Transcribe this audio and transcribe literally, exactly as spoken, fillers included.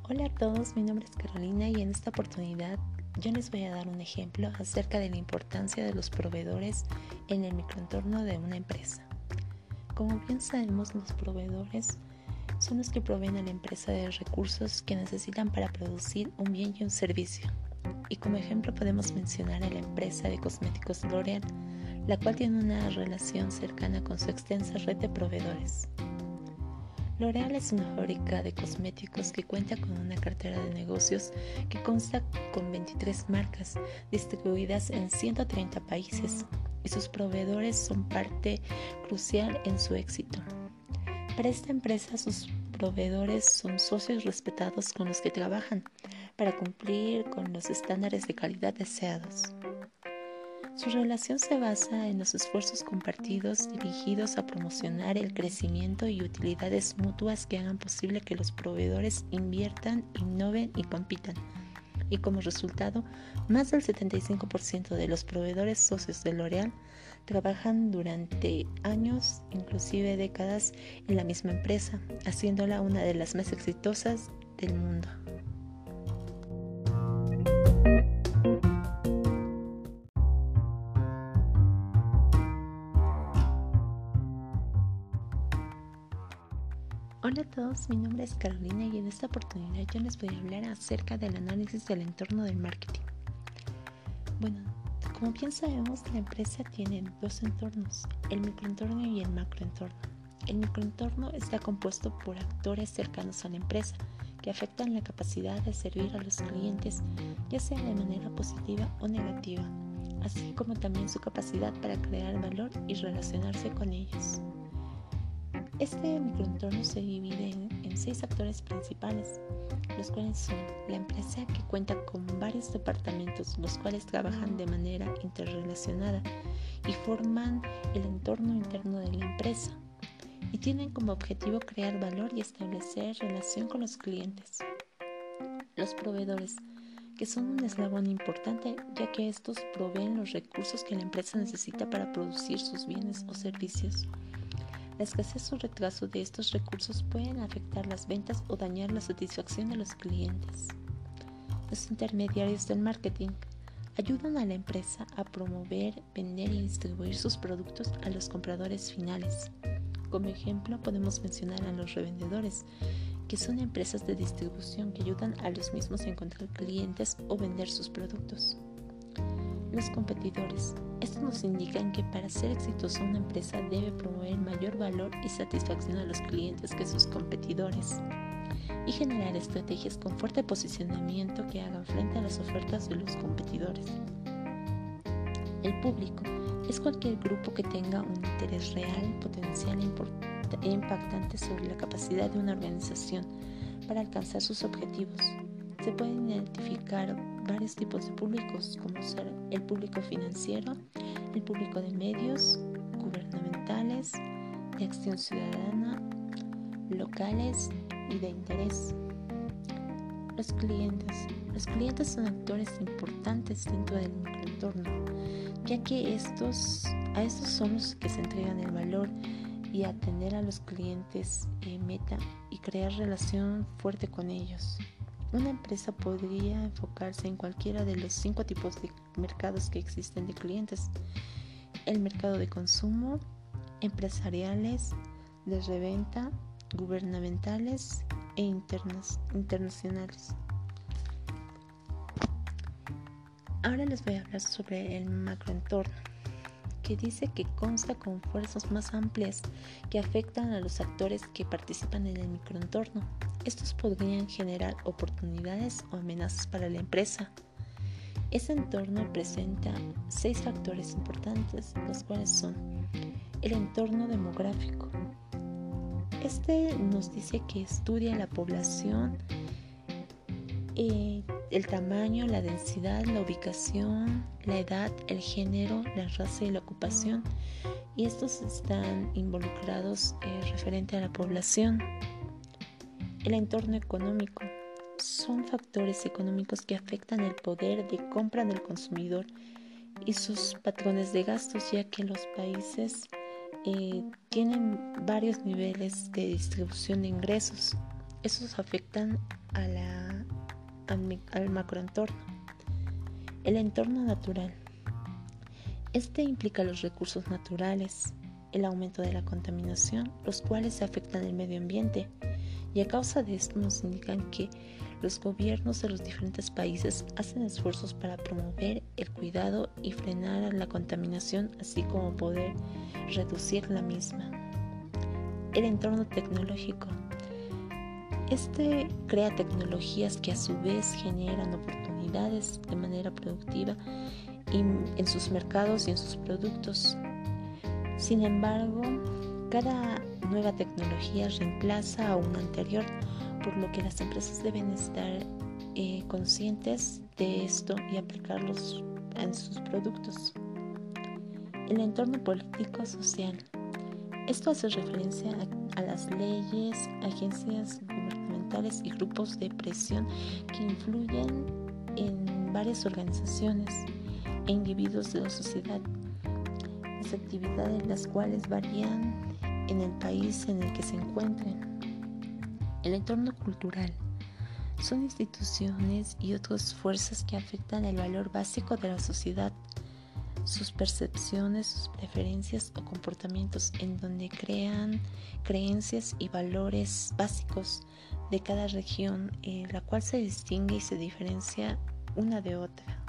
Hola a todos, mi nombre es Carolina y en esta oportunidad yo les voy a dar un ejemplo acerca de la importancia de los proveedores en el microentorno de una empresa. Como bien sabemos, los proveedores son los que proveen a la empresa de recursos que necesitan para producir un bien y un servicio. Y como ejemplo podemos mencionar a la empresa de cosméticos L'Oréal, la cual tiene una relación cercana con su extensa red de proveedores. L'Oréal es una fábrica de cosméticos que cuenta con una cartera de negocios que consta con veintitrés marcas distribuidas en ciento treinta países y sus proveedores son parte crucial en su éxito. Para esta empresa, sus proveedores son socios respetados con los que trabajan para cumplir con los estándares de calidad deseados. Su relación se basa en los esfuerzos compartidos dirigidos a promocionar el crecimiento y utilidades mutuas que hagan posible que los proveedores inviertan, innoven y compitan. Y como resultado, más del setenta y cinco por ciento de los proveedores socios de L'Oréal trabajan durante años, inclusive décadas, en la misma empresa, haciéndola una de las más exitosas del mundo. Hola a todos, mi nombre es Carolina y en esta oportunidad yo les voy a hablar acerca del análisis del entorno del marketing. Bueno, como bien sabemos, la empresa tiene dos entornos, el microentorno y el macroentorno. El microentorno está compuesto por actores cercanos a la empresa que afectan la capacidad de servir a los clientes, ya sea de manera positiva o negativa, así como también su capacidad para crear valor y relacionarse con ellos. Este microentorno se divide en, en seis actores principales, los cuales son la empresa, que cuenta con varios departamentos, los cuales trabajan de manera interrelacionada y forman el entorno interno de la empresa y tienen como objetivo crear valor y establecer relación con los clientes. Los proveedores, que son un eslabón importante, ya que estos proveen los recursos que la empresa necesita para producir sus bienes o servicios. La escasez o retraso de estos recursos pueden afectar las ventas o dañar la satisfacción de los clientes. Los intermediarios del marketing ayudan a la empresa a promover, vender y distribuir sus productos a los compradores finales. Como ejemplo, podemos mencionar a los revendedores, que son empresas de distribución que ayudan a los mismos a encontrar clientes o vender sus productos. Los competidores. Estos nos indican que para ser exitosa una empresa debe promover mayor valor y satisfacción a los clientes que sus competidores y generar estrategias con fuerte posicionamiento que hagan frente a las ofertas de los competidores. El público es cualquier grupo que tenga un interés real, potencial e impactante sobre la capacidad de una organización para alcanzar sus objetivos. Se pueden identificar varios tipos de públicos, como ser el público financiero, el público de medios, gubernamentales, de acción ciudadana, locales y de interés. Los clientes. Los clientes son actores importantes dentro del microentorno, ya que estos, a estos son los que se entregan el valor y atender a los clientes eh, meta y crear relación fuerte con ellos. Una empresa podría enfocarse en cualquiera de los cinco tipos de mercados que existen de clientes: el mercado de consumo, empresariales, de reventa, gubernamentales e internos, internacionales. Ahora les voy a hablar sobre el macroentorno, que dice que consta con fuerzas más amplias que afectan a los actores que participan en el microentorno. Estos podrían generar oportunidades o amenazas para la empresa. Este entorno presenta seis factores importantes, los cuales son el entorno demográfico. Este nos dice que estudia la población, eh, el tamaño, la densidad, la ubicación, la edad, el género, la raza y la ocupación, y estos están involucrados eh, referente a la población. El entorno económico son factores económicos que afectan el poder de compra del consumidor y sus patrones de gastos, ya que los países eh, tienen varios niveles de distribución de ingresos. Estos afectan a la, al, al macroentorno. El entorno natural. Este implica los recursos naturales, el aumento de la contaminación, los cuales afectan el medio ambiente, y a causa de esto nos indican que los gobiernos de los diferentes países hacen esfuerzos para promover el cuidado y frenar la contaminación, así como poder reducir la misma. El entorno tecnológico. Este crea tecnologías que a su vez generan oportunidades de manera productiva en sus mercados y en sus productos. Sin embargo, cada nueva tecnología reemplaza a una anterior, por lo que las empresas deben estar eh, conscientes de esto y aplicarlos en sus productos. El entorno político-social. Esto hace referencia a, a las leyes, agencias gubernamentales y grupos de presión que influyen en varias organizaciones e individuos de la sociedad. Las actividades las cuales varían en el país en el que se encuentren. El entorno cultural. Son instituciones y otras fuerzas que afectan el valor básico de la sociedad, sus percepciones, sus preferencias o comportamientos, en donde crean creencias y valores básicos de cada región, eh, la cual se distingue y se diferencia una de otra.